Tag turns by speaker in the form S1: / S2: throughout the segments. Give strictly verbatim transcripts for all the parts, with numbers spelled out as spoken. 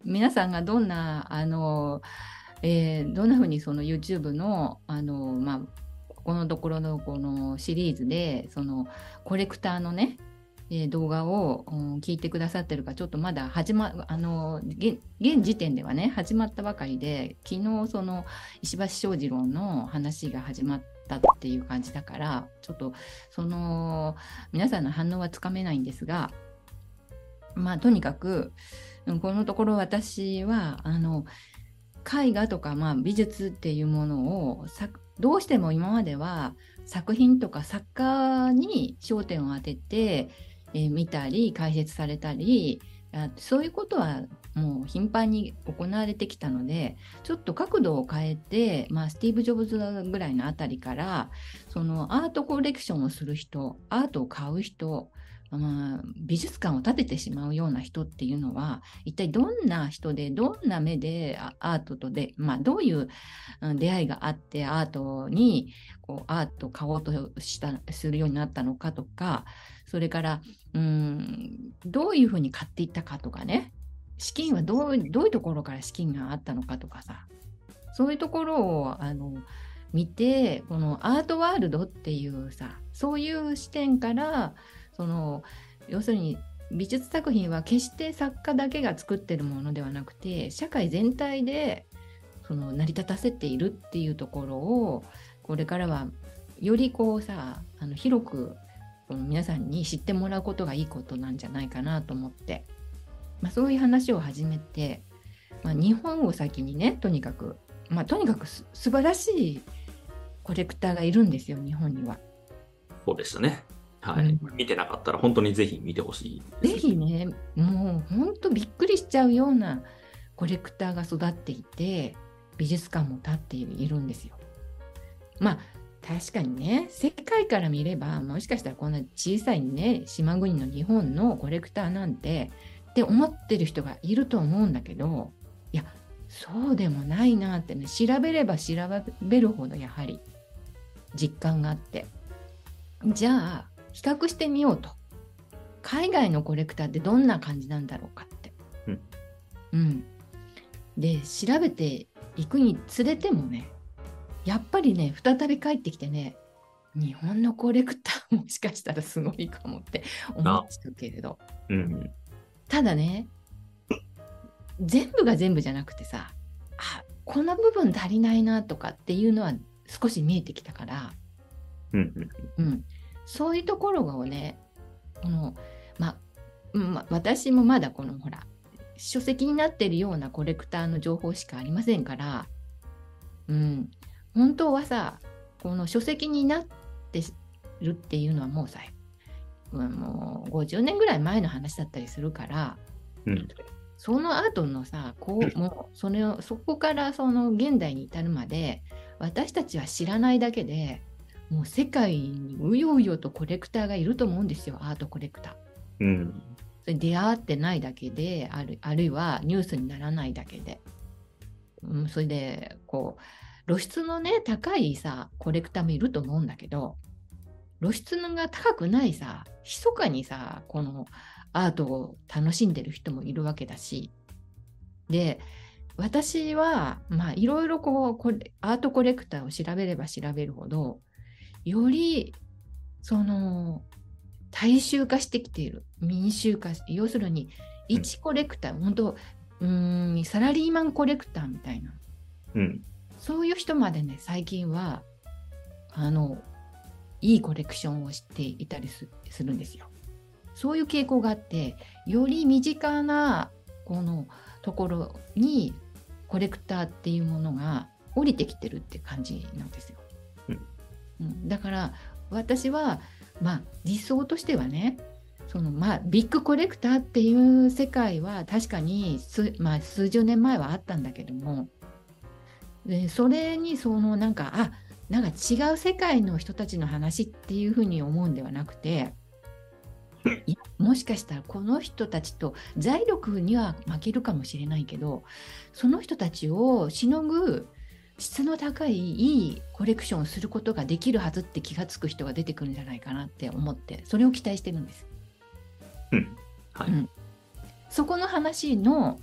S1: 皆さんがどんなあの、えーどんなふうにその YouTube の、あの、まあ、ここのところのこのシリーズでそのコレクターのね、えー動画を、うん、聞いてくださってるかちょっとまだ始まあの現、現時点ではね始まったばかりで、昨日その石橋正二郎の話が始まったっていう感じだから、ちょっとその皆さんの反応はつかめないんですが、まあとにかくこのところ私はあの絵画とか、まあ、美術っていうものをどうしても今までは作品とか作家に焦点を当てて、えー見たり解説されたり、あそういうことはもう頻繁に行われてきたので、ちょっと角度を変えて、まあ、スティーブ・ジョブズぐらいのあたりからそのアートコレクションをする人、アートを買う人、まあ、美術館を建ててしまうような人っていうのは一体どんな人で、どんな目であアートとで、まあ、どういううん出会いがあってアートにこうアートを買おうとしたするようになったのかとか、それからうんどういうふうに買っていったかとかね、資金はどうどういうところから資金があったのかとかさ、そういうところをあの見て、このアートワールドっていうさ、そういう視点からその要するに美術作品は決して作家だけが作ってるものではなくて、社会全体でその成り立たせているっていうところを、これからはよりこうさ、あの広くこの皆さんに知ってもらうことがいいことなんじゃないかなと思って、まあ、そういう話を始めて、まあ、日本を先にね、とにかく、まあ、とにかくす素晴らしいコレクターがいるんですよ、日本には。
S2: そうでしたね。はい。
S1: うん、
S2: 見てなかったら本当にぜひ見てほしいです
S1: ぜ
S2: ね。
S1: ひね、もう本当びっくりしちゃうようなコレクターが育っていて、美術館も建っているんですよ。まあ確かにね、世界から見ればもしかしたらこんな小さいね島国の日本のコレクターなんてって思ってる人がいると思うんだけど、いやそうでもないなってね、調べれば調べるほどやはり実感があって、じゃあ比較してみようと、海外のコレクターってどんな感じなんだろうかって、
S2: うん。
S1: うん、で調べていくにつれてもね、やっぱりね再び帰ってきてね、日本のコレクターもしかしたらすごいかもって思っ
S2: あ、
S1: ちゃうけれど、
S2: うん。
S1: ただね、全部が全部じゃなくてさ、あこの部分足りないなとかっていうのは少し見えてきたから、
S2: うん。うん。
S1: うん、そういうところをね、このまま私もまだこのほら書籍になっているようなコレクターの情報しかありませんから、うん、本当はさ、この書籍になってるっていうのはもうさ、もうごじゅうねんぐらい前の話だったりするから、
S2: うん。
S1: その後のさ、こうもうそれをそこからその現代に至るまで私たちは知らないだけで、もう世界にうようよとコレクターがいると思うんですよ、アートコレクター。
S2: うん。
S1: それ出会ってないだけで、ある、あるいはニュースにならないだけで、うん、それでこう露出のね高いさコレクターもいると思うんだけど、露出が高くないさ、密かにさこのアートを楽しんでる人もいるわけだし、で私はまあいろいろこうこれアートコレクターを調べれば調べるほど、よりその大衆化してきている、民衆化、要するに一コレクター、本当うーんサラリーマンコレクターみたいな、
S2: うん。
S1: そういう人までね最近はあのいいコレクションをしていたりするんですよ。そういう傾向があって、より身近なこのところにコレクターっていうものが降りてきてるって感じなんですよ。
S2: うん。
S1: うん、だから私はまあ理想としてはね、そのまあビッグコレクターっていう世界は確かにす、まあ、数十年前はあったんだけども、でそれにそのなんかあなんか違う世界の人たちの話っていうふうに思うんではなくて、いやもしかしたらこの人たちと財力には負けるかもしれないけど、その人たちをしのぐ質の高いいいコレクションをすることができるはずって気がつく人が出てくるんじゃないかなって思って、それを期待してるんです。
S2: うん。はい。
S1: うん、そこの話の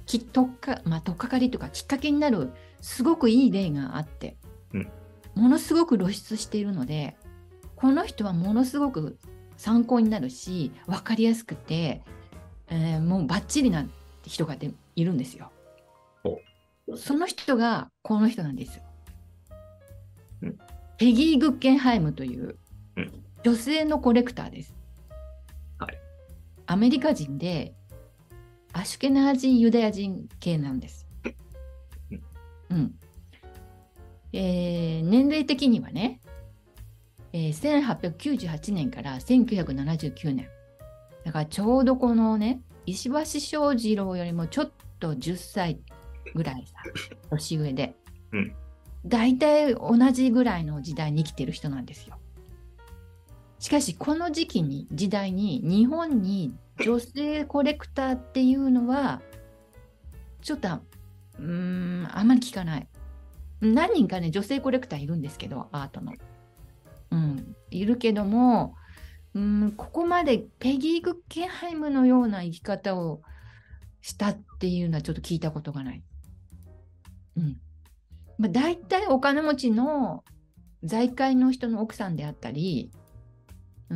S1: きとっか、まあ、とっかかりとかきっかけになるすごくいい例があって、
S2: うん、
S1: ものすごく露出しているので、この人はものすごく参考になるし、分かりやすくて、えーもうバッチリな人がでいるんですよ。その人がこの人なんですよ。
S2: うん、
S1: ペギー・グッケンハイムという
S2: うん、
S1: 女性のコレクターです。
S2: はい。
S1: アメリカ人でアシュケナージーユダヤ人系なんです。
S2: うん、
S1: うんえー年齢的にはね、えーせんはっぴゃくきゅうじゅうはちねんからせんきゅうひゃくななじゅうきゅうねん。だからちょうどこのね、石橋正二郎よりもちょっとじゅっさいぐらいさ、年上で、
S2: うん、
S1: 大体同じぐらいの時代に生きてる人なんですよ。しかし、この時期に、時代に、日本に女性コレクターっていうのは、ちょっと、うーん、あんまり聞かない。何人かね、女性コレクターいるんですけど、アートの。うん、いるけども、うん、ここまでペギー・グッケンハイムのような生き方をしたっていうのはちょっと聞いたことがない。うんまあ、大体お金持ちの財界の人の奥さんであったり、うん、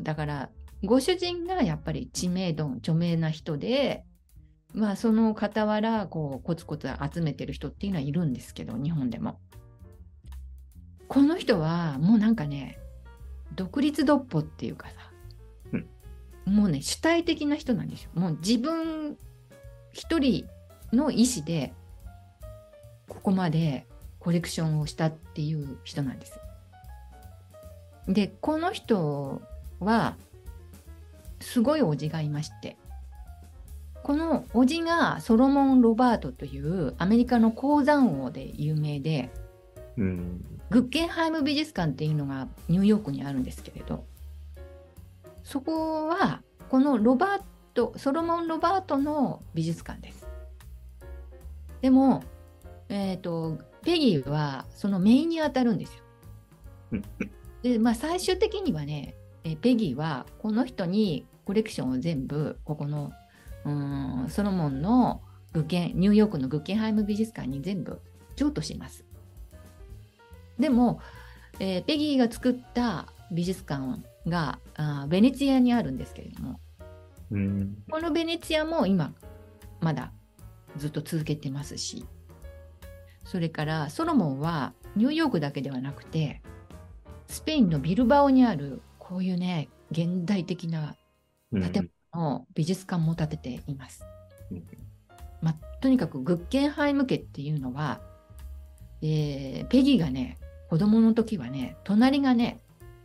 S1: だからご主人がやっぱり知名度、著名な人で、まあ、その傍らこうコツコツ集めてる人っていうのはいるんですけど、日本でも。この人はもうなんかね、独立独歩っていうかさ、
S2: うん、
S1: もうね、主体的な人なんですよ。もう自分一人の意思で、ここまでコレクションをしたっていう人なんです。で、この人は、すごい叔父がいまして、この叔父がソロモン・ロバートというアメリカの鉱山王で有名で、
S2: うん、
S1: グッケンハイム美術館っていうのがニューヨークにあるんですけれど、そこはこのロバート、ソロモン・ロバートの美術館です。でも、えーと、ペギーはそのメインに当たるんですよ。で、まあ、最終的にはね、えペギーはこの人にコレクションを全部、ここのうーんソロモンのグッケン、ニューヨークのグッケンハイム美術館に全部譲渡します。でも、えーペギーが作った美術館があベネツィアにあるんですけれども、
S2: うん、
S1: このベネツィアも今まだずっと続けてますし、それからソロモンはニューヨークだけではなくて、スペインのビルバオにあるこういうね、現代的な建物の美術館も建てています。
S2: うん、
S1: まあ、とにかくグッケンハイム家っていうのは、えーペギーがね、子供の時はね、隣がね、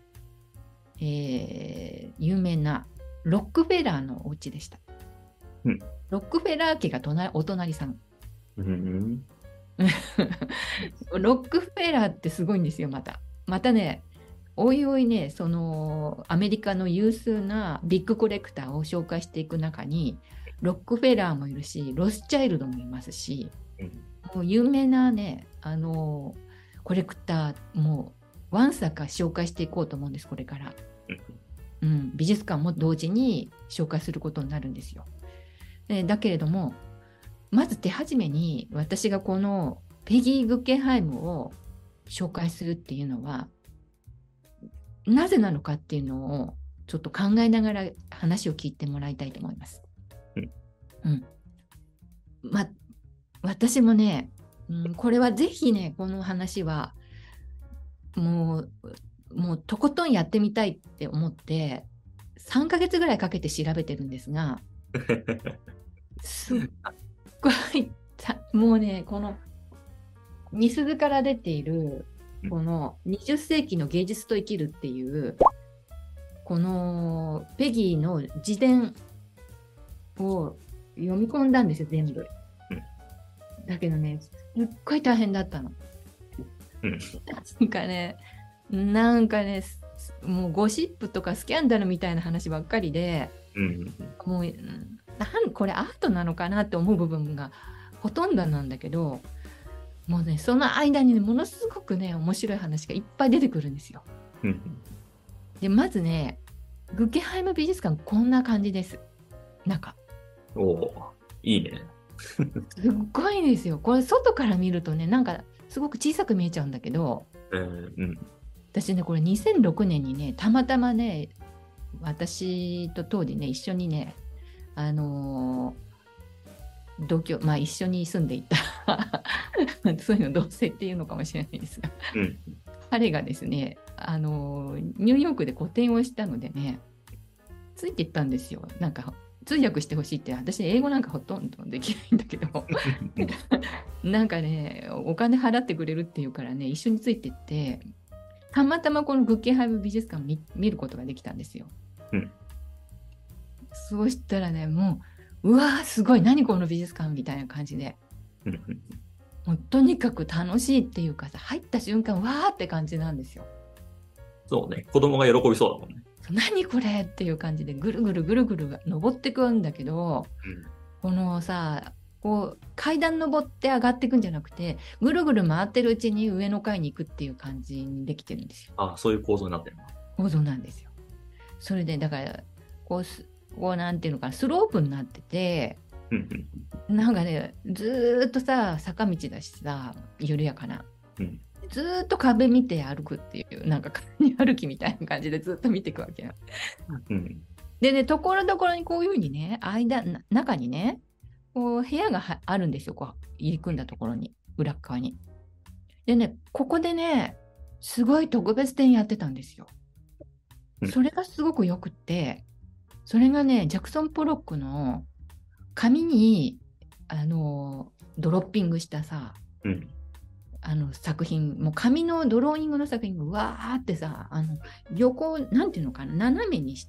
S1: えー有名なロックフェラーのお家でした。
S2: うん、
S1: ロックフェラー家が隣お隣さん。
S2: うん、
S1: ロックフェラーってすごいんですよ、また。またね、おいおいね、そのアメリカの有数なビッグコレクターを紹介していく中に、ロックフェラーもいるし、ロスチャイルドもいますし、もう有名なね、あのコレクターもわんさか紹介していこうと思うんです、これから。うん、美術館も同時に紹介することになるんですよ。えだけれども、まず手始めに私がこのペギー・グッケンハイムを紹介するっていうのは、なぜなのかっていうのをちょっと考えながら話を聞いてもらいたいと思います。うん。ま、私もね、うん、これはぜひね、この話はもう、もうとことんやってみたいって思って、さんかげつぐらいかけて調べてるんですが、すっごい、もうね、この、みすゞから出ている、このにじゅっせいきの芸術と生きるっていう、このペギーの自伝を読み込んだんですよ、全部。だけどね、すっごい大変だったの。なんかね、なんかね、もうゴシップとかスキャンダルみたいな話ばっかりで、もう、なんこれアートなのかなって思う部分がほとんどなんだけど、もうね、その間にね、ものすごくね、面白い話がいっぱい出てくるんですよ。で、まずね、グッゲンハイム美術館、こんな感じです。中。
S2: おお、いいね。
S1: すっごいですよ。これ外から見るとね、なんかすごく小さく見えちゃうんだけど、
S2: えー、うん。
S1: 私ね、これにせんろくねんにね、たまたまね、私と当時ね、一緒にね、あのー同居、まあ一緒に住んでいたそういうの同棲っていうのかもしれないですが、
S2: うん。
S1: 彼がですね、あのーニューヨークで個展をしたのでね、ついていったんですよ。なんか通訳してほしいって、私英語なんかほとんどできないんだけどなんかね、お金払ってくれるっていうからね、一緒についてって、たまたまこのグッケンハイム美術館を 見, 見ることができたんですよ。
S2: うん。
S1: そうしたらね、もう、うわー、すごい、何この美術館みたいな感じで、
S2: うん。
S1: もうとにかく楽しいっていうかさ、入った瞬間、わーって感じなんですよ。
S2: そうね。子供が喜びそうだもんね。
S1: 何これっていう感じで、ぐるぐるぐるぐる登ってくんだけど、
S2: うん。
S1: このさ、こう階段登って上がっていくんじゃなくて、ぐるぐる回ってるうちに上の階に行くっていう感じにできてるんですよ。
S2: ああ、そういう構造になってるな。
S1: 構造なんですよ。それでだからこうすこうなんていうのかな、スロープになってて、
S2: うん。
S1: なんかね、ずーっとさ坂道だしさ、緩やかな、
S2: うん。
S1: ずーっと壁見て歩くっていう、なんか壁歩きみたいな感じでずっと見ていくわけよ。
S2: うん。
S1: でね、ところどころにこういうふうにね、間な中にね、こう部屋がはあるんですよ、こう入り組んだところに、裏っ側に。でね、ここでね、すごい特別展やってたんですよ。
S2: うん。
S1: それがすごくよくって、それがね、ジャクソン・ポロックの紙にあのドロッピングしたさ、
S2: うん。
S1: あの作品、もう紙のドローイングの作品がわーってさ、あの横、なんていうのかな、斜めにして、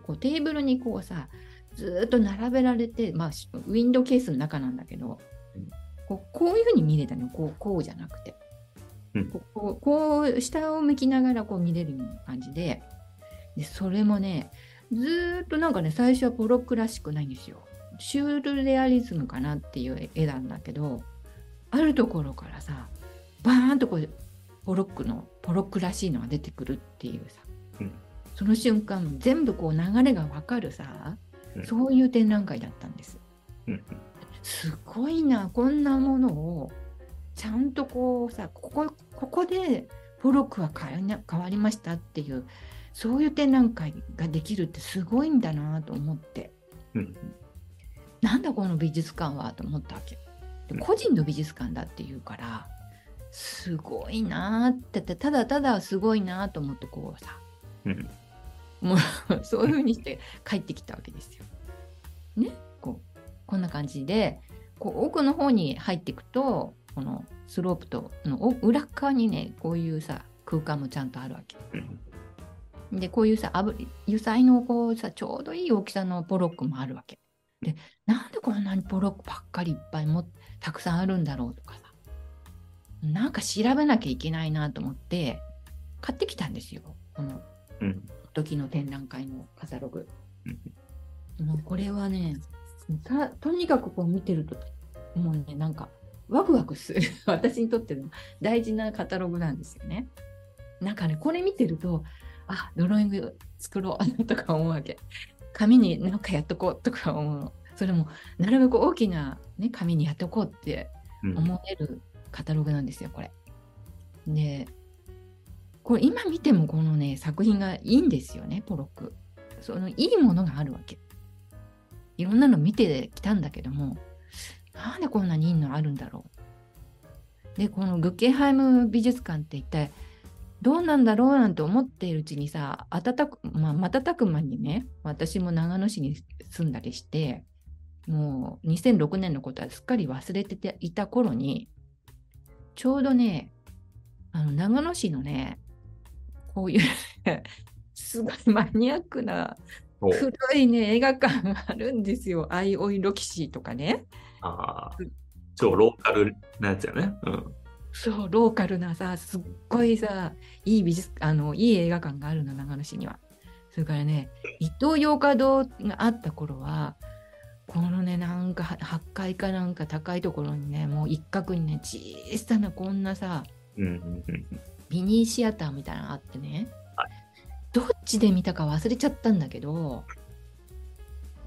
S1: こうテーブルにこうさ、ずーっと並べられて、まあ、ウィンドウケースの中なんだけど、こうこういうふうに見れたの、こう、こうじゃなくて、
S2: うん。
S1: こう、こうこう下を向きながらこう見れるような感じで、でそれもね、ずーっとなんかね、最初はポロックらしくないんですよ。シュールレアリズムかなっていう絵なんだけど、あるところからさ、バーンとこうポロックのポロックらしいのが出てくるっていうさ、
S2: うん。
S1: その瞬間全部こう流れが分かるさ、
S2: うん。
S1: そういう展覧会だったんです。
S2: うん。
S1: すごいな、こんなものをちゃんとこうさ、ここここでポロックは変わ変わりましたっていう、そういう展覧会ができるってすごいんだなと思って、
S2: うん。
S1: なんだこの美術館はと思ったわけで、個人の美術館だっていうからすごいなって、ただただすごいなと思って、こうさ、
S2: うん。
S1: もうそういう風にして帰ってきたわけですよ。ね、こうこんな感じで、こう奥の方に入っていくと、このスロープとの裏側にね、こういうさ空間もちゃんとあるわけ。で、こういうさ、油彩のこうさ、ちょうどいい大きさのポロックもあるわけ。で、なんでこんなにポロックばっかりいっぱいもたくさんあるんだろうとかさ、なんか調べなきゃいけないなと思って買ってきたんですよ、この時の展覧会のカタログ。もうこれはね、たとにかくこう見てると、もうね、なんかワクワクする私にとっての大事なカタログなんですよね。なんかね、これ見てると、あ、ドローイング作ろうとか思うわけ。紙になんかやっとこうとか思うの。それもなるべく大きな、ね、紙にやっとこうって思えるカタログなんですよ、これ。で、これ今見てもこのね、作品がいいんですよね、ポロック。そのいいものがあるわけ。いろんなの見てきたんだけども、なんでこんなにいいのあるんだろう。で、このグッケンハイム美術館って一体どうなんだろうなんて思っているうちにさ、暖く、まあ、瞬く間にね、私も長野市に住んだりして、もうにせんろくねんのことはすっかり忘れてていた頃に、ちょうどね、あの長野市のね、こういうすごいマニアックな黒いね、映画館があるんですよ。アイオイロキシーとかね。
S2: ああ、超ローカルなやつやね。うん。
S1: そう、ローカルなさ、すっごいさ、いい美術、あの、いい映画館があるの、長野市には。それからね、イトーヨーカドーがあった頃は、このね、なんかはっかいかなんか高いところにね、もう一角にね、小さなこんなさ、
S2: うんうんうん、
S1: ミニシアターみたいなのがあってね、
S2: はい、
S1: どっちで見たか忘れちゃったんだけど、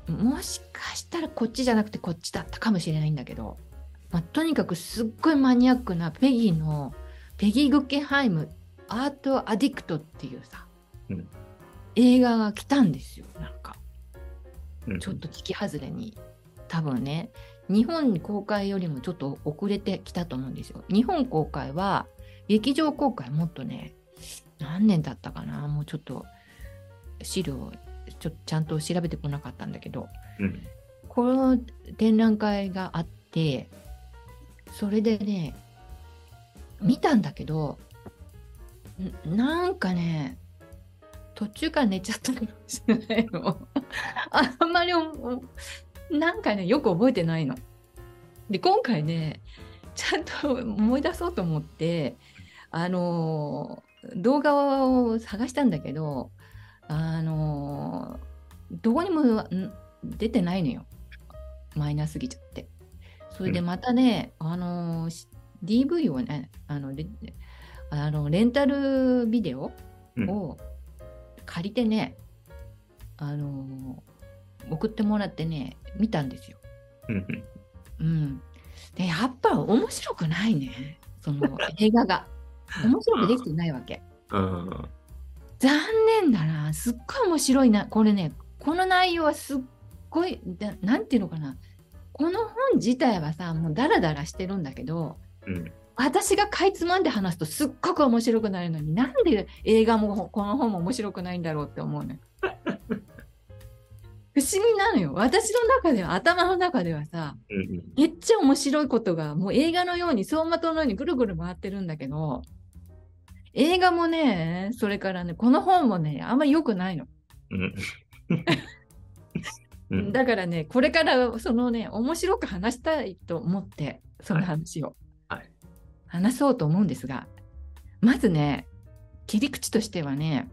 S1: もしかしたらこっちじゃなくてこっちだったかもしれないんだけど、まあ、とにかくすっごいマニアックなペギーのペギー・グッケンハイムアート・アディクトっていうさ、うん、映画が来たんですよ。なんか、うん、ちょっと聞き外れに多分ね、日本公開よりもちょっと遅れてきたと思うんですよ。日本公開は劇場公開もっとね、何年だったかな、もうちょっと資料ちょっとちゃんと調べてこなかったんだけど、うん、この展覧会があって、それでね見たんだけど、なんかね途中から寝ちゃったかもしれないのあんまりなんかねよく覚えてないので、今回ねちゃんと思い出そうと思ってあの動画を探したんだけど、あのどこにも出てないのよ、マイナーすぎちゃって。それでまたね、うん、あの ディーブイ をね、あのレあのレンタルビデオを借りてね、うん、あの送ってもらってね見たんですよ。うん、でやっぱ面白くないね、その映画が面白くできてないわけ。うん残念だな、すっごい面白いな。これね、この内容はすっごい、なんていうのかな。この本自体はさ、もうダラダラしてるんだけど、うん、私がかいつまんで話すとすっごく面白くなるのに、なんで映画もこの本も面白くないんだろうって思うのよ。不思議なのよ。私の中では、頭の中ではさ、うん、めっちゃ面白いことが、もう映画のように、走馬灯のようにぐるぐる回ってるんだけど、映画もね、それからね、この本もね、あんまり良くないの。うん、だからね、これからそのね、面白く話したいと思って、その話を、はいはい、話そうと思うんですが、まずね、切り口としてはね、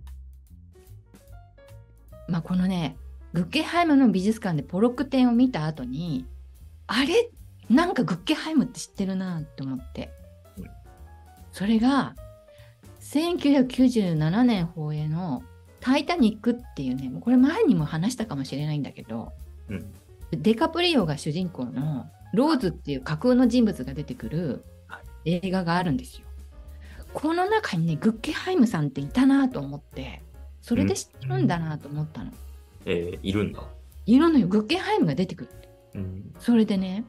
S1: まあ、このね、グッケハイムの美術館でポロック展を見た後に、あれなんかグッケハイムって知ってるなって思って、うん、それが、せんきゅうひゃくきゅうじゅうななねん放映のタイタニックっていうね、これ前にも話したかもしれないんだけど、うん、デカプリオが主人公のローズっていう架空の人物が出てくる映画があるんですよ。この中にね、グッケハイムさんっていたなと思って、それで知ってるんだなと思ったの。うん、
S2: えー、いるんだ。
S1: いるのよ、グッケハイムが出てくる。うん、それでね、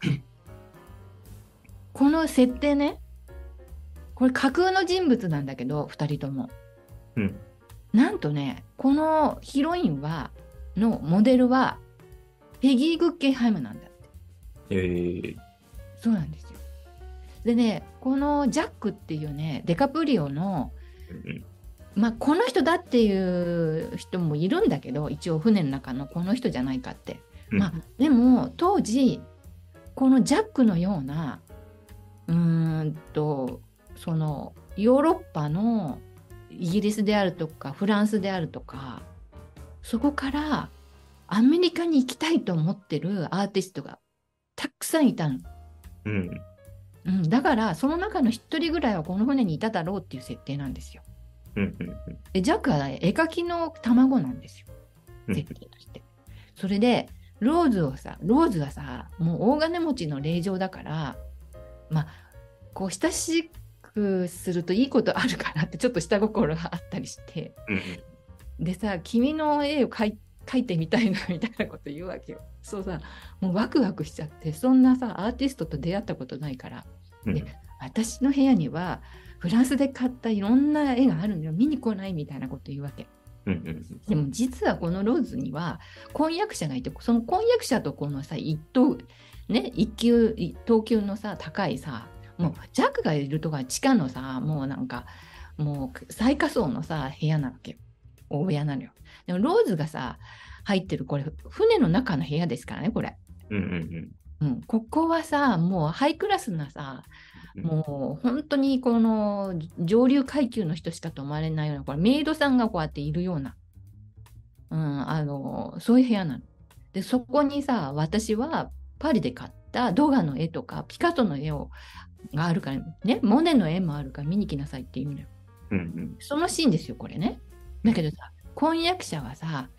S1: この設定ね、これ架空の人物なんだけど、ふたりとも。うん、なんとね、このヒロインは、のモデルは、ペギー・グッケンハイムなんだって。
S2: えー、
S1: そうなんですよ。でね、このジャックっていうね、デカプリオの、うん、まあ、この人だっていう人もいるんだけど、一応船の中のこの人じゃないかって。うん、まあ、でも、当時、このジャックのような、うーんと、そのヨーロッパのイギリスであるとかフランスであるとか、そこからアメリカに行きたいと思ってるアーティストがたくさんいたの、うんうん、だからその中の一人ぐらいはこの船にいただろうっていう設定なんですよ。でジャックは絵描きの卵なんですよ、設定として。それでローズをさローズはさもう大金持ちの令嬢だから、まあこう親しくするといいことあるかなってちょっと下心があったりして、うん、でさ君の絵を描い描いてみたいなみたいなこと言うわけよ。そうさもうワクワクしちゃって、そんなさアーティストと出会ったことないから、うん、で私の部屋にはフランスで買ったいろんな絵があるのよ、見に来ないみたいなこと言うわけ、うんうん、でも実はこのローズには婚約者がいて、その婚約者とこのさ一等ね一級等級のさ高いさ、もうジャックがいるとか地下のさもうなんかもう最下層のさ部屋なわけよ、大部屋なのよ。でもローズがさ入ってるこれ船の中の部屋ですからねこれ、うんうんうんうん、ここはさもうハイクラスなさ、もう本当にこの上流階級の人しか泊まれないような、これメイドさんがこうやっているような、うん、あのそういう部屋なので、そこにさ私はパリで買ったドガの絵とかピカソの絵をがあるからね、モネの絵もあるから見に来なさいって言うのよ、うんうん、そのシーンですよこれね。だけどさ婚約者はさ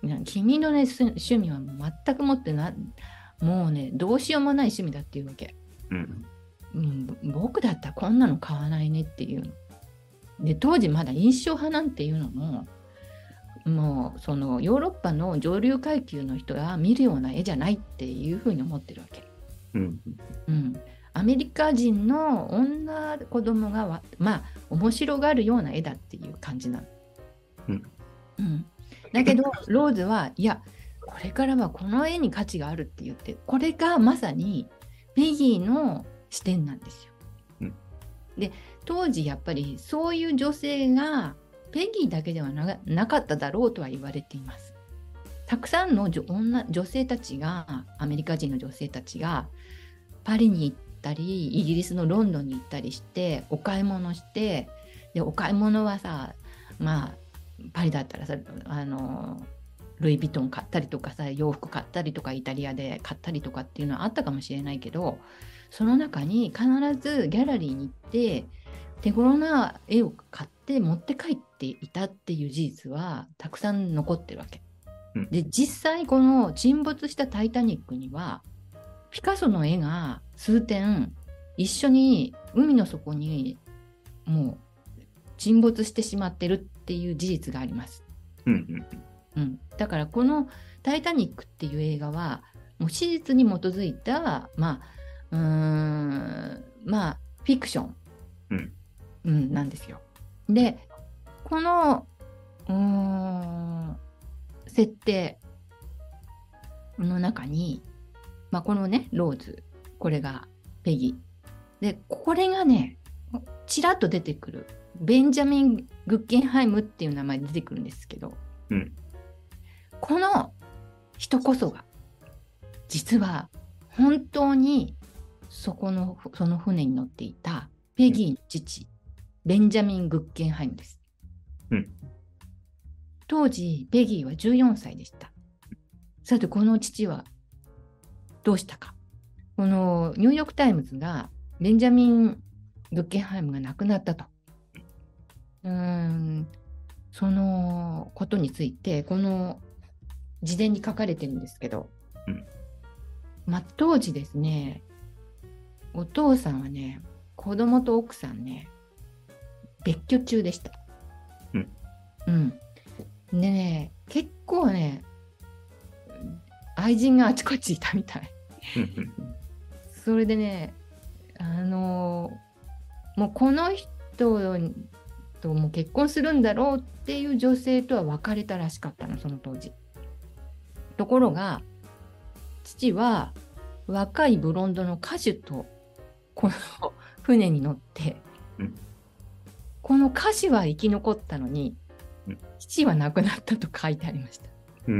S1: 君のね、趣味は全くもってな、もうね、どうしようもない趣味だっていうわけ。
S2: うん
S1: うん、僕だったらこんなの買わないねっていうの。で、当時まだ印象派なんていうのも、もうそのヨーロッパの上流階級の人が見るような絵じゃないっていうふうに思ってるわけ。
S2: うん
S1: うん、アメリカ人の女子供がわまあ面白がるような絵だっていう感じなの。
S2: うん
S1: うん、だけどローズはいやこれからはこの絵に価値があるって言って、これがまさにペギーの視点なんですよ。
S2: うん、
S1: で当時やっぱりそういう女性がペギーだけでは な, なかっただろうとは言われています。たくさんの 女, 女女性たちが、アメリカ人の女性たちがパリに行ったりイギリスのロンドンに行ったりしてお買い物して、でお買い物はさ、まあパリだったらさ、あのルイ・ヴィトン買ったりとかさ、洋服買ったりとかイタリアで買ったりとかっていうのはあったかもしれないけど、その中に必ずギャラリーに行って手頃な絵を買って持って帰っていたっていう事実はたくさん残ってるわけ。で実際この沈没したタイタニックにはピカソの絵が数点一緒に海の底にもう沈没してしまってるっていう事実があります。
S2: うんうん
S1: うん、だからこのタイタニックっていう映画はもう史実に基づいたまあうーんまあフィクション、
S2: うん
S1: うん、なんですよ。でこのうーん設定の中に、まあ、このねローズ、これがペギーで、これがねちらっと出てくるベンジャミン・グッケンハイムっていう名前で出てくるんですけど、
S2: うん、
S1: この人こそが実は本当にそこのその船に乗っていたペギーの父、うん、ベンジャミン・グッケンハイムです、
S2: うん、
S1: 当時ペギーはじゅうよんさいでした。さてこの父はどうしたか。このニューヨークタイムズがベンジャミン・グッケンハイムが亡くなったと、うーんそのことについてこの自伝に書かれてるんですけど、
S2: うん
S1: まあ、当時ですね、お父さんはね子供と奥さんね別居中でした。
S2: うん、
S1: うん、でね結構ね愛人があちこちいたみたいそれでねあのー、もうこの人とも結婚するんだろうっていう女性とは別れたらしかったの、その当時。ところが父は若いブロンドの歌手とこの船に乗って、うん、この歌手は生き残ったのに、うん、父は亡くなったと書いてありました。
S2: うん、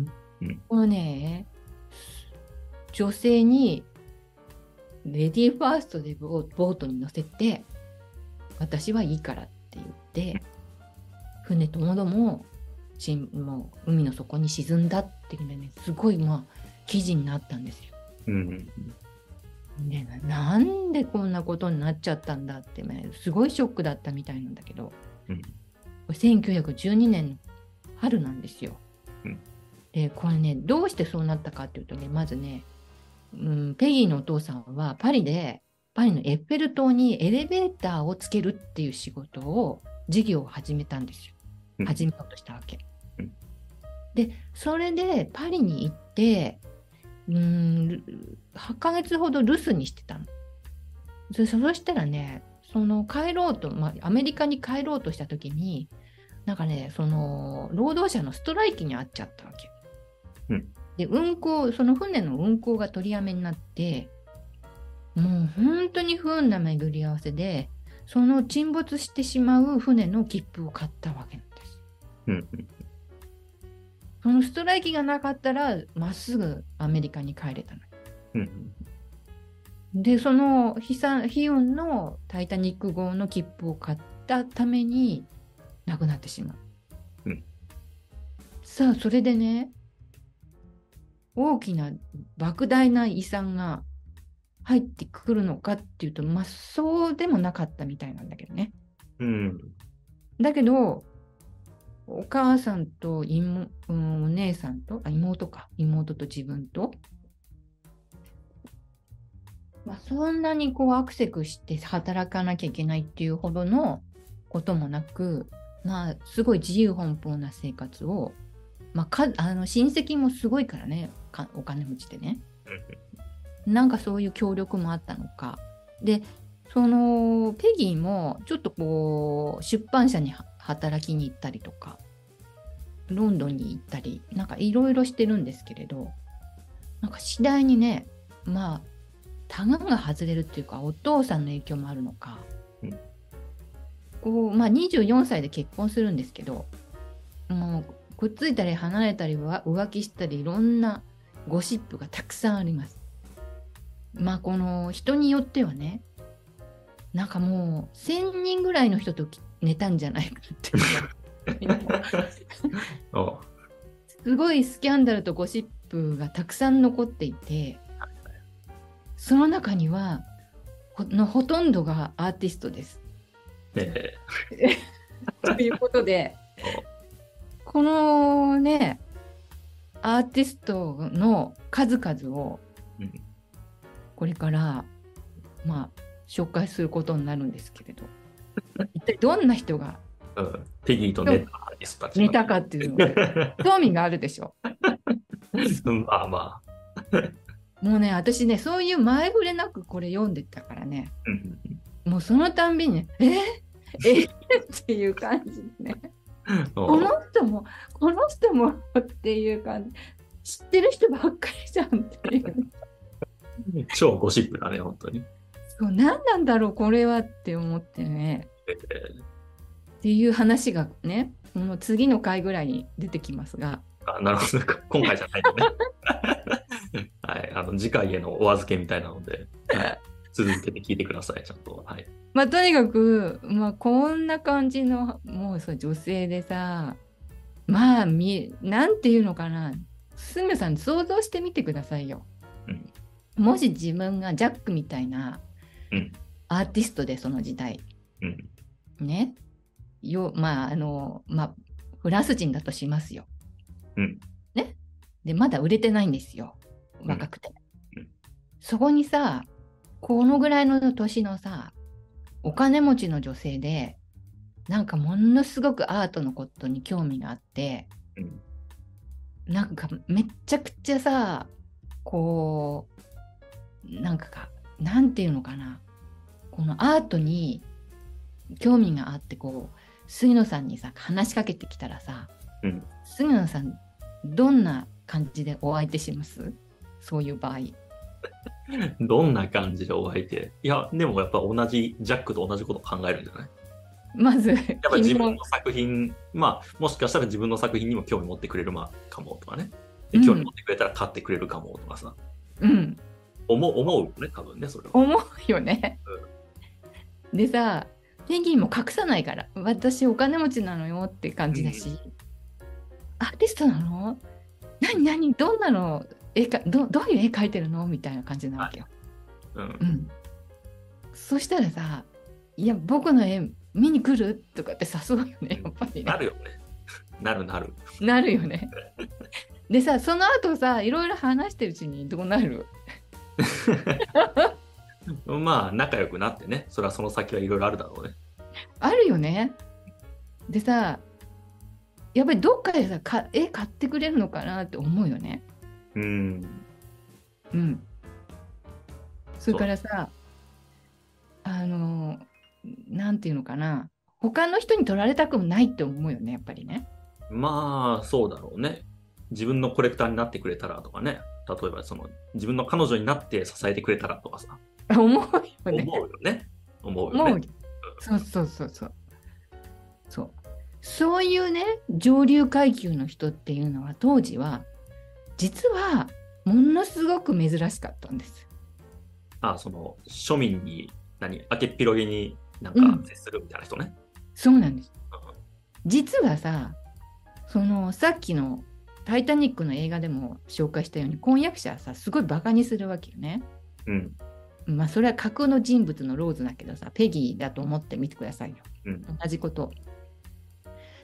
S1: うん、このね女性にレディーファーストでボートに乗せて私はいいからって言って船ともどももう海の底に沈んだっていうね、すごいまあ記事になったんですよ。
S2: うん、
S1: でなんでこんなことになっちゃったんだって、ね、すごいショックだったみたいなんだけど、うん、これせんきゅうひゃくじゅうにねんの春なんですよ。うん、でこれねどうしてそうなったかっていうとね、まずね、うん、ペギーのお父さんはパリでパリのエッフェル塔にエレベーターをつけるっていう仕事を事業を始めたんですよ。始めようとしたわけ。うん、でそれでパリに行ってうーんはちかげつほど留守にしてたの。そそうしたらね、その帰ろうと、まあ、アメリカに帰ろうとした時になんかね、その労働者のストライキに遭っちゃったわけ。うん、で運航その船の運航が取りやめになって、もう本当に不運な巡り合わせでその沈没してしまう船の切符を買ったわけなんです。うん、そのストライキがなかったらまっすぐアメリカに帰れたの。うん、でその悲惨悲運のタイタニック号の切符を買ったために亡くなってしまう。うん、さあそれでね、大きな莫大な遺産が入ってくるのかっていうと、まあそうでもなかったみたいなんだけどね。うん、だけどお母さんと妹、うん、お姉さんと、あ、妹か、妹と自分と、まあ、そんなにこうアクセクして働かなきゃいけないっていうほどのこともなく、まあ、すごい自由奔放な生活を、まあ、かあの親戚もすごいからね、かお金持ちでね。なんかそういう協力もあったのか。で、そのペギーもちょっとこう出版社に働きに行ったりとか、ロンドンに行ったり、なんかいろいろしてるんですけれど、なんか次第にね、まあ、タガが外れるっていうか、お父さんの影響もあるのか、うん、こう、まあ、にじゅうよんさいで結婚するんですけど、もうくっついたり離れたり浮気したり、いろんなゴシップがたくさんあります。まあ、この人によってはね、なんかもうせんにんぐらいの人と寝たんじゃないかってすごいスキャンダルとゴシップがたくさん残っていて、その中にはほのほとんどがアーティストです。えー、ということでこのねアーティストの数々をこれからまあ紹介することになるんですけれど、一体どんな人が、
S2: うん、ペギーとネタアーティストたち
S1: ネタかっていうの興味があるでしょ。
S2: まあまあ
S1: もうね、私ね、そういう前触れなくこれ読んでたからね、もうそのたんびに、ね、ええっていう感じでね、この人も、この人もっていう感じ、知ってる人ばっかりじゃんっていう。
S2: 超ゴシップだね、本当に。
S1: そう、何なんだろう、これはって思ってね。えー、っていう話がね、もう次の回ぐらいに出てきますが。
S2: あ、なるほど、今回じゃないのね。はい、あの次回へのお預けみたいなので、はい、続けて聞いてください、ちゃんと。はい、
S1: まあとにかく、まあ、こんな感じのもうそう女性でさ、まあみなんていうのかな、すみさん想像してみてくださいよ。うん、もし自分がジャックみたいなアーティストでその時代、うん、ね、よまああのまあフランス人だとしますよ。うん、ね、でまだ売れてないんですよ。若くて、うんうん、そこにさ、このぐらいの年のさ、お金持ちの女性でなんかものすごくアートのことに興味があって、うん、なんかめっちゃくちゃさ、こうなんかかなんていうのかな、このアートに興味があって、こう杉野さんにさ話しかけてきたらさ、うん、杉野さんどんな感じでお相手します？そういう場合。
S2: どんな感じでお相手？いや、でもやっぱ同じ、ジャックと同じこと考えるんじゃない？
S1: まず、やっ
S2: ぱ自分の作品、まあ、もしかしたら自分の作品にも興味持ってくれるかもとかね。で興味持ってくれたら買ってくれるかもとかさ。うん。思う、思うよね、多分ね、それは。
S1: 思うよね。うん、でさ、ペギーも隠さないから、私お金持ちなのよって感じだし、うん、アーティストなの？何何どんなの絵か ど, どういう絵描いてるのみたいな感じなわけよ。うんうん、そしたらさ、いや僕の絵見に来るとかって誘うよね、やっぱりね。
S2: なるよね。なるなる。
S1: なるよね。でさ、その後さ、いろいろ話してるうちにどうなる？
S2: まあ仲良くなってね、それはその先はいろいろあるだろうね。
S1: あるよね。でさ、やっぱりどっかでさ、か絵買ってくれるのかなって思うよね。うん。うん。それからさ、あの、なんていうのかな、他の人に取られたくもないって思うよね、やっぱりね。
S2: まあ、そうだろうね。自分のコレクターになってくれたらとかね。例えば、その、自分の彼女になって支えてくれたらとかさ。
S1: 思うよね。
S2: 思うよね。思うよね。思う。
S1: そうそうそうそう。そう。そういうね、上流階級の人っていうのは、当時は、実は、ものすごく珍しかったんです。
S2: ああ、その、庶民に、何、明けっぴろげになんか接するみたいな人ね。
S1: うん、そうなんです。実はさ、その、さっきの、タイタニックの映画でも紹介したように、婚約者はさ、すごいバカにするわけよね。うん。まあ、それは架空の人物のローズだけどさ、ペギーだと思ってみてくださいよ。うん、同じこと。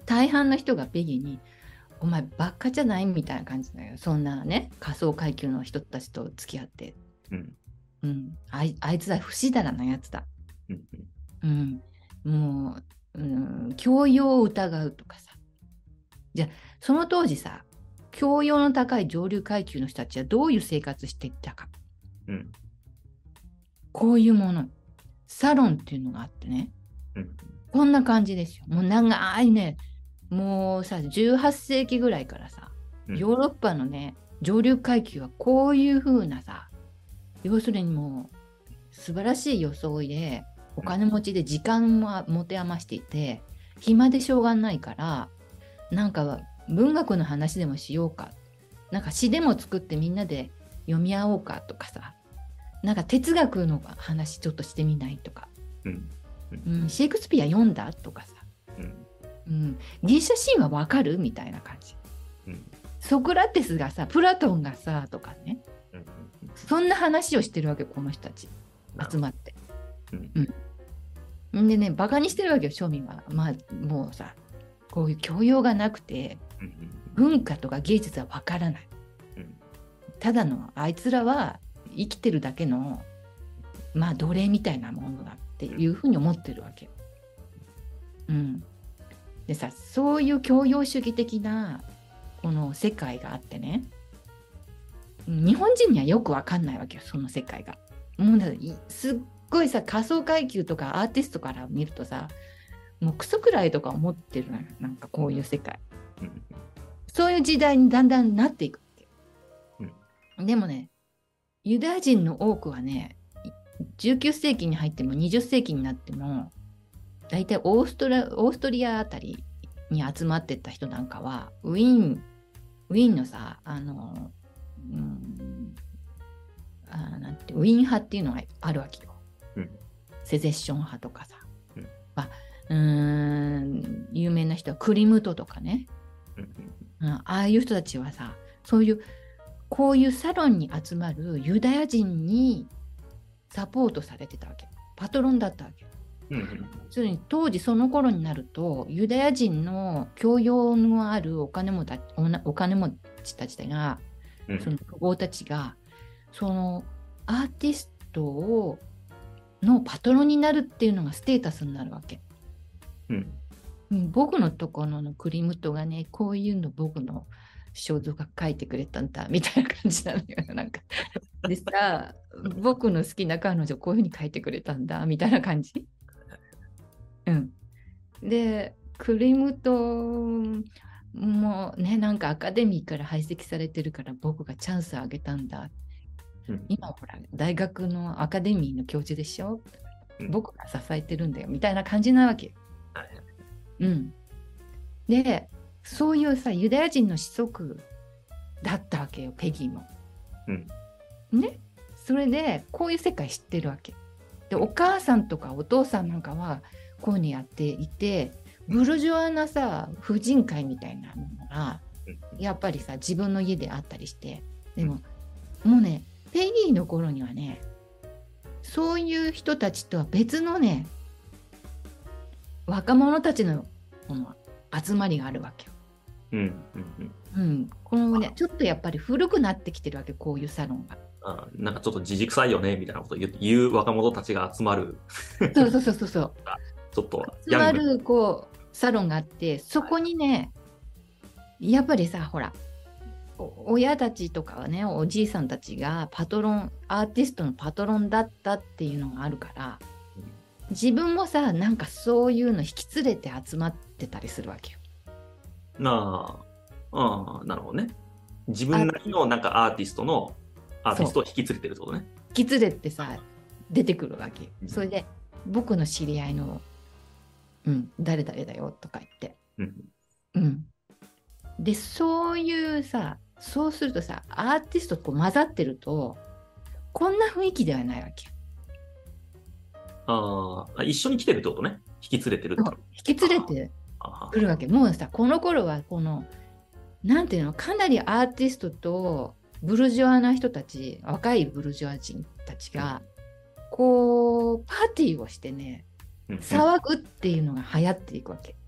S1: 大半の人がペギーにお前バカじゃないみたいな感じだよ。そんなね仮想階級の人たちと付き合って、
S2: うん
S1: うん、あい、あいつは不死だらなやつだ、
S2: うん
S1: うん、もう、うん、教養を疑うとかさ。じゃあその当時さ、教養の高い上流階級の人たちはどういう生活していったか、
S2: うん、
S1: こういうもの、サロンっていうのがあってね、
S2: うん、
S1: こんな感じですよ。もう長いね、もうさじゅうはっせいきぐらいからさ、ヨーロッパのね上流階級はこういう風なさ、要するにもう素晴らしい装いでお金持ちで時間も持て余していて暇でしょうがないから、なんか文学の話でもしようか、なんか詩でも作ってみんなで読み合おうかとかさ、なんか哲学の話ちょっとしてみないとか、
S2: うん
S1: うん、シェイクスピア読んだとかさ、
S2: うん
S1: うん、ギリシャ神話わかるみたいな感じ、
S2: うん、
S1: ソクラテスがさ、プラトンがさとかね、
S2: うん、
S1: そんな話をしてるわけ、この人たち集まって、
S2: うん
S1: うん、でねバカにしてるわけよ庶民は。まあもうさ、こういう教養がなくて文化とか芸術はわからない、うん、ただのあいつらは生きてるだけのまあ奴隷みたいなものだっていうふうに思ってるわけ、うん、でさ、そういう教養主義的なこの世界があってね、日本人にはよくわかんないわけよ、その世界が。もうね、すっごいさ、仮想階級とかアーティストから見るとさ、もうクソくらいとか思ってるのよ、なんかこういう世界、うん、そういう時代にだんだんなっていくわけ、うん、でもね、ユダヤ人の多くはね、じゅうきゅうせいきに入ってもにじゅっせいきになってもだいたいオーストラ、オーストリアあたりに集まってった人なんかはウィーンウィーンのさ、あの、うん、あなんてウィーン派っていうのがあるわけよ、うん、セゼッション派とかさ、うんまあ、うーん有名な人はクリムトとかね、うん、ああいう人たちはさ、そういうこういうサロンに集まるユダヤ人にサポートされてたわけ、パトロンだったわけ、うん、つまり当時その頃になるとユダヤ人の教養のあるお金持ちお金持ちたちが、うん、その富豪たちがそのアーティストをのパトロンになるっていうのがステータスになるわけ、うんうん、僕のところのクリムトがね、こういうの僕の肖像画描いてくれたんだみたいな感じなのよ、なんかでさ、僕の好きな彼女こういうふうに描いてくれたんだみたいな感じ、うん、でクリムトもね、なんかアカデミーから排斥されてるから僕がチャンスをあげたんだ、うん、今ほら大学のアカデミーの教授でしょ、うん、僕が支えてるんだよみたいな感じなわけよ、うん、でそういうさユダヤ人の子息だったわけよペギーも、うん、ね、それでこういう世界知ってるわけで、お母さんとかお父さんなんかはこういうのやっていて、ブルジョアなさ婦人会みたいなものがやっぱりさ自分の家であったりして、でももうねペギーの頃にはね、そういう人たちとは別のね若者たちのこの集まりがあるわけよ、うんうんうんうん、このねちょっとやっぱり古くなってきてるわけ、こういうサロンが。
S2: あ、なんかちょっと自軸臭いよねみたいなことを言う若者たちが集まる
S1: そうそうそうそう
S2: ちょっと
S1: 集まるこうサロンがあって、そこにねやっぱりさほら親たちとかはね、おじいさんたちがパトロンアーティストのパトロンだったっていうのがあるから、自分もさなんかそういうの引き連れて集まってたりするわけよ。
S2: ああ、なるほどね。自分なりのなんかアーティストのアーティストを引き連れてるってことね。
S1: 引き連れてさ出てくるわけ、うん、それで僕の知り合いの、うん、誰々だよとか言って、うんうん、でそういうさ、そうするとさアーティストとこう混ざってるとこんな雰囲気ではないわけ。
S2: ああ、一緒に来てるってことね。引き連れてるってこと。
S1: 引き連れてくるわけ。もうさこの頃はこのなんていうの、かなりアーティストとブルジョアな人たち、若いブルジョア人たちがこうパーティーをしてね、騒ぐっていうのが流行っていくわけ。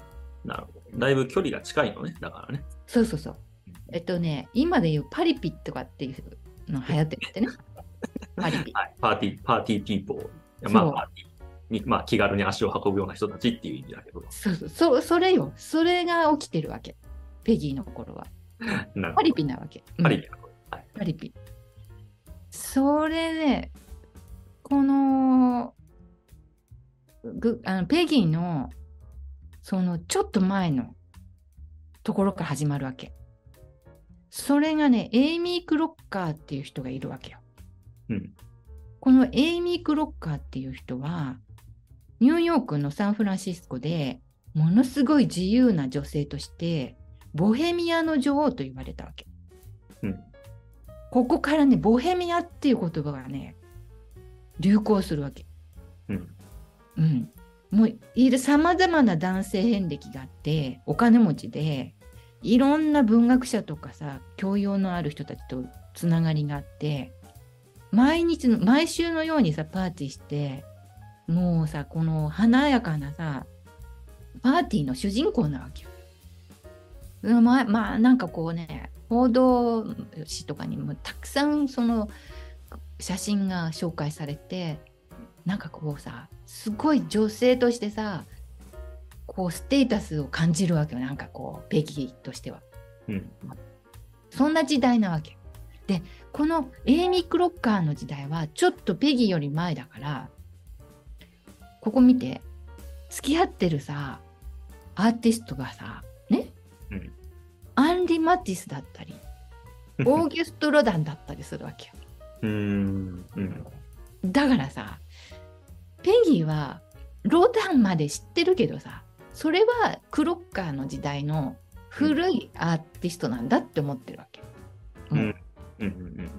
S2: なるほど。だいぶ距離が近いのね、だからね。
S1: そうそうそう。えっとね、今で言うパリピとかっていうの流行ってるってね。パリピ。
S2: はい、パーティー、パーティーピーポー。まあ、パーティーに、まあ、気軽に足を運ぶような人たちっていう意味だけど。
S1: そうそう、そそれよ。それが起きてるわけ。ペギーの頃は。パリピなわけ。
S2: パリピな、
S1: うんはい、パリピ。それで、この、ぐあのペギーの、そのちょっと前のところから始まるわけ。それがね、エイミー・クロッカーっていう人がいるわけよ。
S2: うん、
S1: このエイミー・クロッカーっていう人は、ニューヨークのサンフランシスコでものすごい自由な女性としてボヘミアの女王と言われたわけ、
S2: うん、
S1: ここからねボヘミアっていう言葉がね流行するわけ、
S2: うん
S1: うん、もういるさまざまな男性遍歴があってお金持ちでいろんな文学者とかさ教養のある人たちとつながりがあって毎日の毎週のようにさパーティーしてもうさこの華やかなさパーティーの主人公なわけよ。まあ、まあ、なんかこうね報道紙とかにもたくさんその写真が紹介されてなんかこうさすごい女性としてさこうステータスを感じるわけよ。なんかこうペギーとしては、
S2: うん、
S1: そんな時代なわけでこのエイミー・クロッカーの時代はちょっとペギーより前だからここ見て付き合ってるさアーティストがさね、うん、アンリ・マティスだったりオーギュスト・ロダンだったりするわけよ
S2: うーん、うん、
S1: だからさペギーはロダンまで知ってるけどさそれはクロッカーの時代の古いアーティストなんだって思ってるわけ、うんうんうんうん、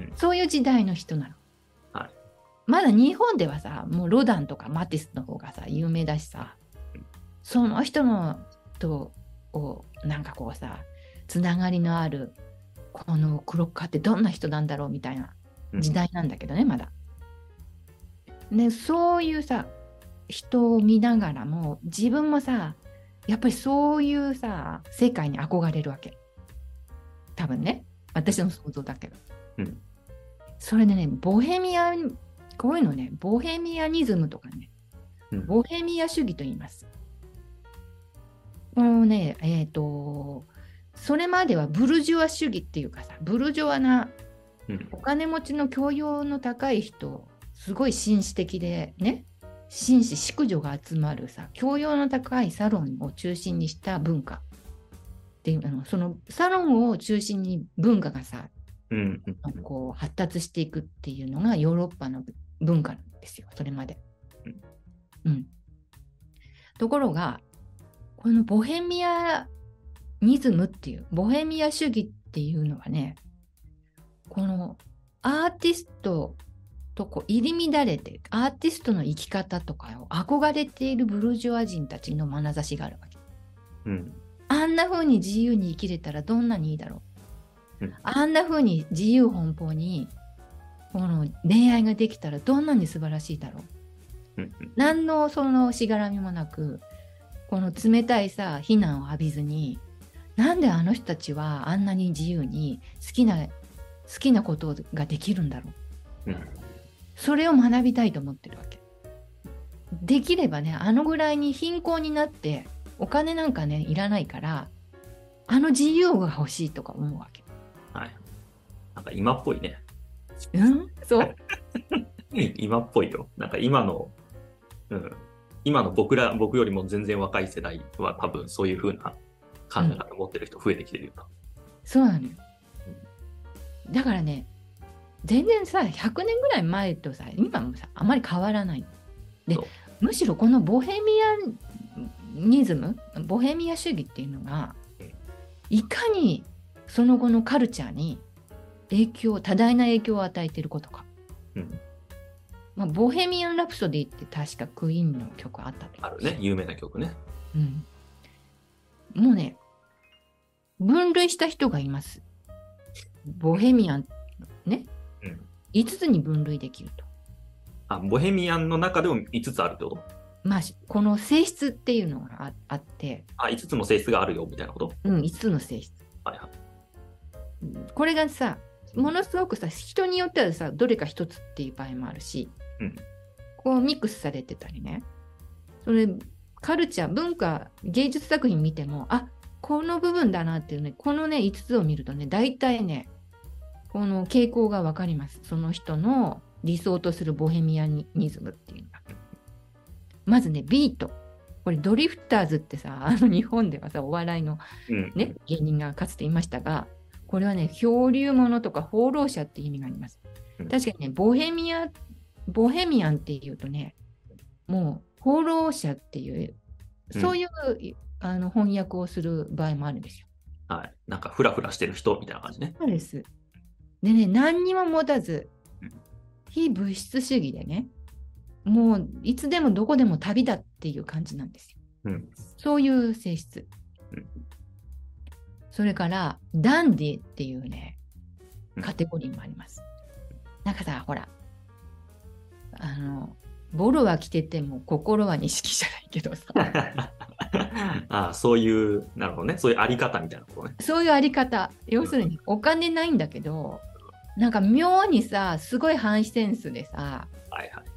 S1: そういう時代の人なの、はい、まだ日本ではさもうロダンとかマティスの方がさ有名だしさその人のとをなんかこうさつながりのあるこのクロッカーってどんな人なんだろうみたいな時代なんだけどね、うん、まだねそういうさ人を見ながらも自分もさやっぱりそういうさ世界に憧れるわけ多分ね私の想像だけど、うん、それでねボヘミアこういうのねボヘミアニズムとかね、うん、ボヘミア主義と言います。このねえっとそれまではブルジョア主義っていうかさブルジョアなお金持ちの教養の高い人すごい紳士的でね紳士淑女が集まるさ教養の高いサロンを中心にした文化っていうのそのサロンを中心に文化がさ、うんうん、こう発達していくっていうのがヨーロッパの文化なんですよそれまで、うんうん、ところがこのボヘミアニズムっていうボヘミア主義っていうのはねこのアーティストとこう入り乱れてアーティストの生き方とかを憧れているブルジョア人たちの眼差しがあるわけ、うん、あんな風に自由に生きれたらどんなにいいだろう、うん、あんな風に自由奔放にこの恋愛ができたらどんなに素晴らしいだろう、うん、何のそのしがらみもなくこの冷たいさ非難を浴びずになんであの人たちはあんなに自由に好きな好きなことができるんだろう、うん、それを学びたいと思ってるわけできればねあのぐらいに貧困になってお金なんかねいらないからあの自由が欲しいとか思うわけ
S2: はいなんか今っぽいね
S1: うんそう
S2: 今っぽいよなんか今のうん今の僕ら僕よりも全然若い世代は多分そういう風な考え方を持ってる人増えてきてるよ、うん、
S1: そうなのよ、うん、だからね全然さひゃくねんぐらい前とさ今もさあまり変わらないでむしろこのボヘミアニズムボヘミア主義っていうのがいかにその後のカルチャーに影響多大な影響を与えていることか、うんまあ、ボヘミアン・ラプソディって確かクイーンの曲あったと
S2: あるね有名な曲ね、
S1: うん、もうね分類した人がいますボヘミアンね、うん、いつつに分類できると
S2: あボヘミアンの中でもいつつあるってこと
S1: まあ、この性質っていうのが あ, あって。
S2: あ、いつつの性質があるよみたいなこと？
S1: うん、いつつの性質。
S2: はいはい。
S1: これがさ、ものすごくさ、人によってはさ、どれか一つっていう場合もあるし、うん、こうミックスされてたりね。それ、カルチャー、文化、芸術作品見ても、あ、この部分だなっていうね、このね、いつつを見るとね、大体ね、この傾向がわかります。その人の理想とするボヘミアニズムっていうのが。まずね、ビート。これドリフターズってさ、あの日本ではさ、お笑いの、ね、うん、芸人がかつていましたが、これはね、漂流者とか放浪者って意味があります。確かにね、ボヘミア、ボヘミアンっていうとね、もう放浪者っていう、そういう、うん、あの翻訳をする場合もあるんですよ。
S2: はい。なんかフラフラしてる人みたいな感じね。
S1: そうです。でね、何にも持たず、うん、非物質主義でね、もういつでもどこでも旅だっていう感じなんですよ。うん、そういう性質。うん、それからダンディっていうね、カテゴリーもあります。うん、なんかさ、ほら、あの、ボロは着てても心は錦じゃないけどさ。
S2: ああ、そういう、なるほどね。そういうあり方みたいなことね。
S1: そういうあり方。要するにお金ないんだけど、なんか妙にさ、すごいハイセンスでさ、はいはい、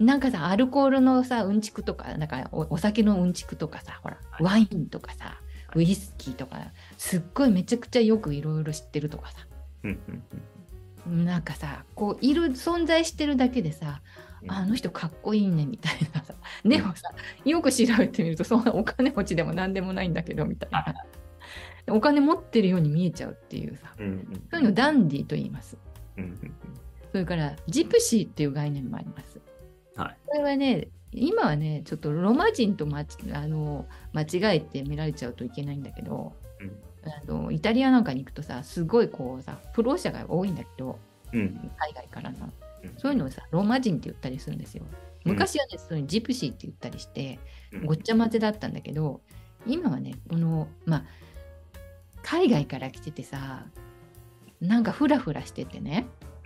S1: なんかさ、アルコールのさ、うんちくとか、なんか お, お酒のうんちくとかさ、ほら、はい、ワインとかさ、ウイスキーとか、すっごいめちゃくちゃよくいろいろ知ってるとかさ。なんかさ、こういる存在してるだけでさ、あの人かっこいいねみたいなさ、でもさ、よく調べてみるとそんなお金持ちでも何でもないんだけどみたいな、お金持ってるように見えちゃうっていうさ、そういうのをダンディと言います。それからジプシーっていう概念もあります。はい、これはね、今はね、ちょっとロマ人と間あの間違えて見られちゃうといけないんだけど、うん、あのイタリアなんかに行くとさ、すごいこうさ、不老者が多いんだけど、うん、海外からの。そういうのをさ、ローマ人って言ったりするんですよ。昔はね、そういうジプシーって言ったりして、ごっちゃ混ぜだったんだけど、今はね、この、まあ、海外から来ててさ、なんかフラフラしててね、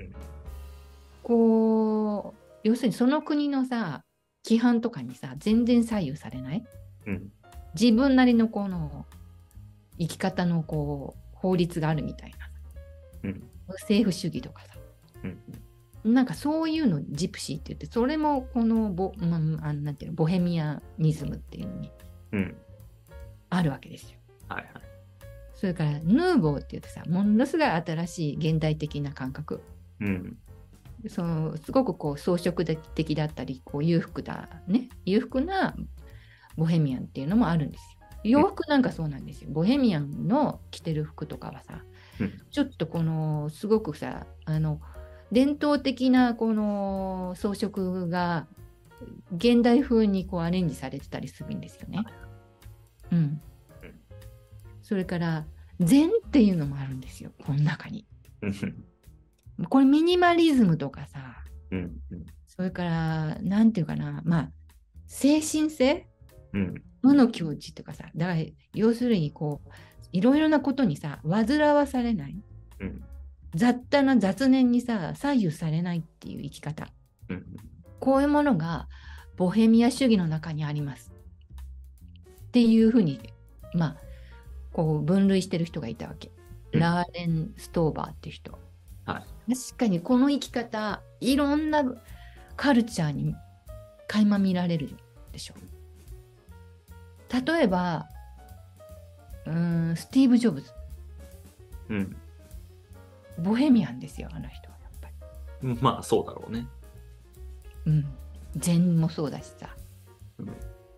S1: こう、要するにその国のさ、規範とかにさ、全然左右されない。うん、自分なりのこの生き方のこう法律があるみたいな。うん、政府主義とかさ。うんなんかそういうのジプシーって言って、それもこのボ、まあ、なんていうのボヘミアニズムっていうのにあるわけですよ。うんはいはい、それからヌーボーって言ってさ、ものすごい新しい現代的な感覚。うん、そのすごくこう装飾的だったり、こう裕福だね、裕福なボヘミアンっていうのもあるんですよ。洋服なんかそうなんですよ。ボヘミアンの着てる服とかはさ、うん、ちょっとこのすごくさ、あの伝統的なこの装飾が現代風にこうアレンジされてたりするんですよね。うん。それから禅っていうのもあるんですよ、この中に。これミニマリズムとかさ、うんうん、それからなんていうかな、まあ精神性、うん、無の境地とかさ、だから要するにこういろいろなことにさ煩わされない。うん雑多な雑念にさ左右されないっていう生き方、うん、こういうものがボヘミア主義の中にありますっていうふうにまあこう分類してる人がいたわけ、うん、ラーレン・ストーバーっていう人、はい、確かにこの生き方いろんなカルチャーに垣間見られるでしょ。例えばうーんスティーブ・ジョブズ、うんボヘミアンですよ、あの人はやっぱ
S2: り。まあ、そうだろうね。
S1: うん。禅もそうだしさ、うん。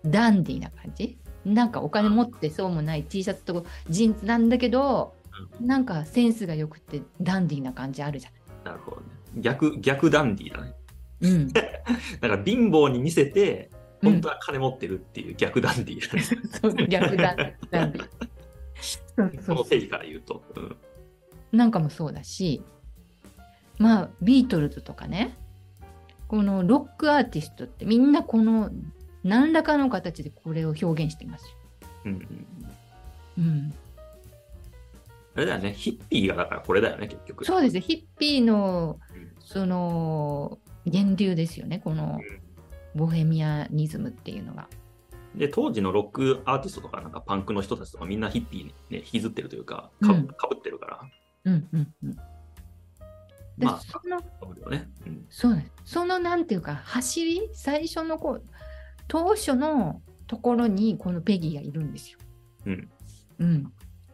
S1: ダンディーな感じ。なんかお金持ってそうもない T シャツとジーンズなんだけど、うん、なんかセンスがよくてダンディーな感じあるじゃない。
S2: なるほどね。逆、逆ダンディーだね。うん。だから貧乏に見せて、本当は金持ってるっていう逆ダンディーだね。
S1: うん、そう、逆ダンディー。
S2: その定義から言うと。うん
S1: なんかもそうだし、まあビートルズとかね、このロックアーティストってみんなこの何らかの形でこれを表現していますよ。うんうん。うん。
S2: あれだよね、ヒッピーがだからこれだよね、結局。
S1: そうですね、ヒッピーのその源流ですよね、このボヘミアニズムっていうのが。
S2: で、当時のロックアーティストとか、なんかパンクの人たちとかみんなヒッピーに、ね、引きずってるというか、かぶ、うん、かぶってるから。
S1: うんうんうん。
S2: まあ、
S1: その、
S2: そうね、うん、
S1: そうです。そのなんていうか、走り、最初のこう、当初のところにこのペギーがいるんですよ。
S2: うん。
S1: うん。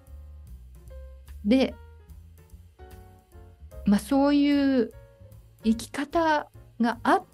S1: で、まあそういう生き方があって、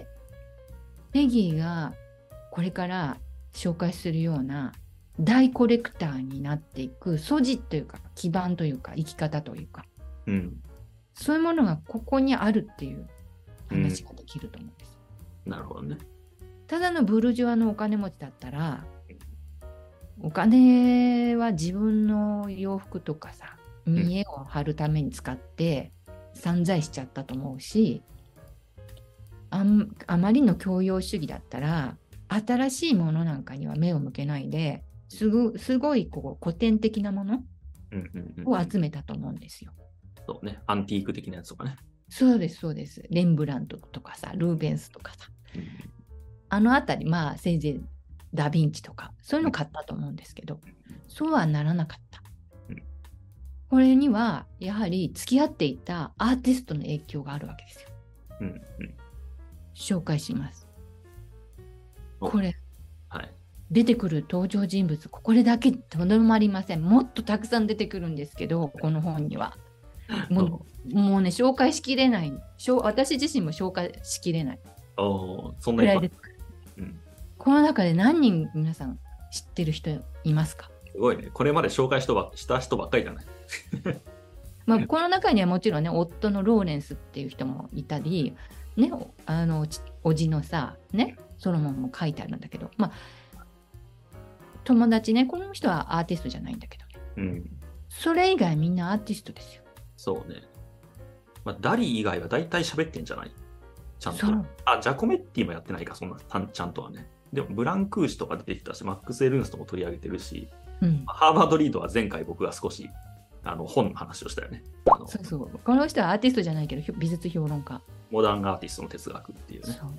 S1: ペギーがこれから紹介するような大コレクターになっていく素地というか基盤というか生き方というか、
S2: うん、
S1: そういうものがここにあるっていう話ができると思うんです。
S2: うん、なるほどね。
S1: ただのブルジョアのお金持ちだったら、お金は自分の洋服とかさ、見栄を張るために使って散財しちゃったと思うし、あん、あまりの教養主義だったら新しいものなんかには目を向けないですご、すごいこう古典的なものを集めたと思うんですよ。
S2: そうね、アンティーク的なやつとかね。
S1: そうですそうです。レンブラントとかさ、ルーベンスとかさ、うん、あのあたり、まあせいぜいダ・ヴィンチとかそういうの買ったと思うんですけど、うん、そうはならなかった、うん、これにはやはり付き合っていたアーティストの影響があるわけですよ。うんうん、紹介します。これ、
S2: はい、
S1: 出てくる登場人物、これだけとどまりません。もっとたくさん出てくるんですけど、この本には。もう、もうね、紹介しきれない。私自身も紹介しきれない。
S2: おそんなに、
S1: うん、この中で何人皆さん知ってる人いますか？
S2: すごいね。これまで紹介したばした人ばっかりじゃない。
S1: まあこの中にはもちろんね、夫のローレンスっていう人もいたり、ね、あのおじのさ、ね、ソロモンも書いてあるんだけど、まあ友達ね、この人はアーティストじゃないんだけど、うん、それ以外みんなアーティストですよ。
S2: そうね。まあ、ダリー以外は大体喋ってんじゃない？ちゃんと。あ、ジャコメッティもやってないか、そんな、ちゃんとはね。でも、ブランクーシとか出てきたし、マックス・エルンストも取り上げてるし、うん、ハーバード・リードは前回僕が少しあの本の話をしたよね。あの
S1: そうそう。この人はアーティストじゃないけど、美術評論家。
S2: モダンアーティストの哲学っていうね。そう。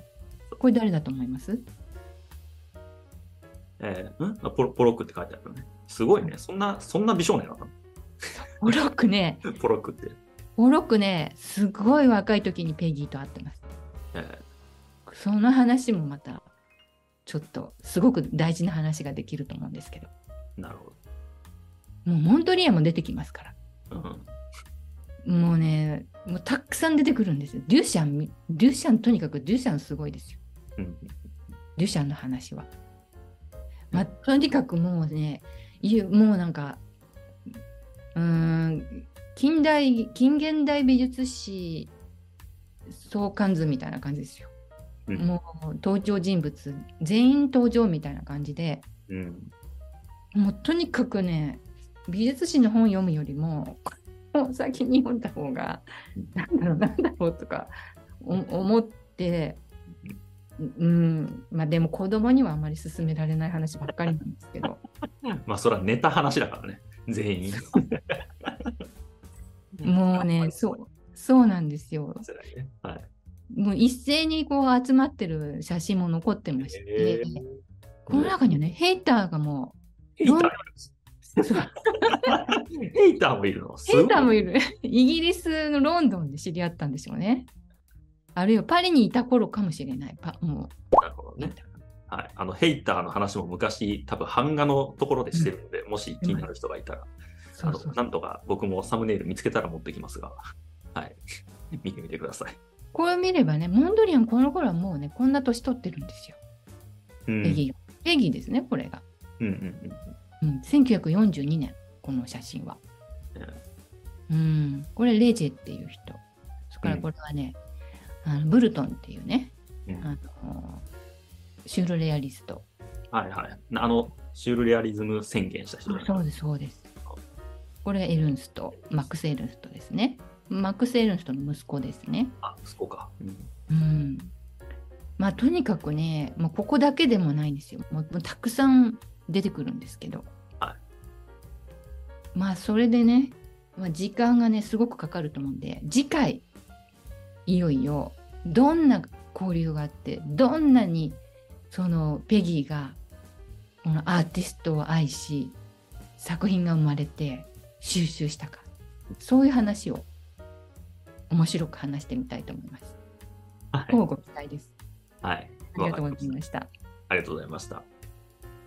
S1: これ誰だと思います？
S2: えー、んポロ、ポロックって書いてあるよね。すごいね。そんな、そんな美少年なの？
S1: ポロックね。
S2: ポロックって。
S1: ポロックね、すごい若い時にペギーと会ってます。えー、その話もまた、ちょっと、すごく大事な話ができると思うんですけど。
S2: なるほ
S1: ど。もうモントリアも出てきますから。うん、もうね、もうたくさん出てくるんですよ。デュシャン、デュシャン、とにかくデュシャンすごいですよ。うん、デュシャンの話は。まあ、とにかくもうね、もうなんか、うーん、近代、近現代美術史相関図みたいな感じですよ。うん、もう登場人物全員登場みたいな感じで、うん、もうとにかくね、美術史の本読むよりも、もう先に読んだ方が、なんだろう、なんだろうとか思って、うん、まあでも子供にはあまり勧められない話ばっかりなんですけど。
S2: まあそれはネタ話だからね、全員。
S1: もうね、そう、そうなんですよ。はい、もう一斉にこう集まってる写真も残ってまして、この中にはね、ヘイターがも
S2: う、ヘイターヘイターもいるの？
S1: ヘイターもいる。イギリスのロンドンで知り合ったんでしょうね。あるいはパリにいた頃かもしれない。パも
S2: うなるほどね。はい、あのヘイターの話も昔、多分版画のところでしてるので、うん、もし気になる人がいたら、そうそうそう、あのなんとか僕もサムネイル見つけたら持ってきますが、はい、見てみてください。
S1: これ見ればね、モンドリアンこの頃はもうね、こんな年取ってるんですよ。うん、ペギー。ペギーですね、これが。うんうんうんうん、せんきゅうひゃくよんじゅうにねん、この写真は。うん、うんこれレジェっていう人。それからこれはね、うん、あのブルトンっていうね、うん、あのシュールレアリスト。
S2: はいはい。あの、シュールレアリズム宣言した人、ね。
S1: そうです、そうです。これがエルンスト、マックス・エルンストですね。マックス・エルンストの息子ですね。
S2: あ、息子か。うん。
S1: うん、まあ、とにかくね、もうここだけでもないんですよ。もう、もうたくさん出てくるんですけど。はい。まあ、それでね、まあ、時間がね、すごくかかると思うんで、次回、いよいよ、どんな交流があって、どんなにそのペギーがこのアーティストを愛し作品が生まれて収集したか、そういう話を面白く話してみたいと思います。
S2: はい。
S1: 乞うご期待です。
S2: はい。
S1: ありがとうございました。
S2: ありがとうございました。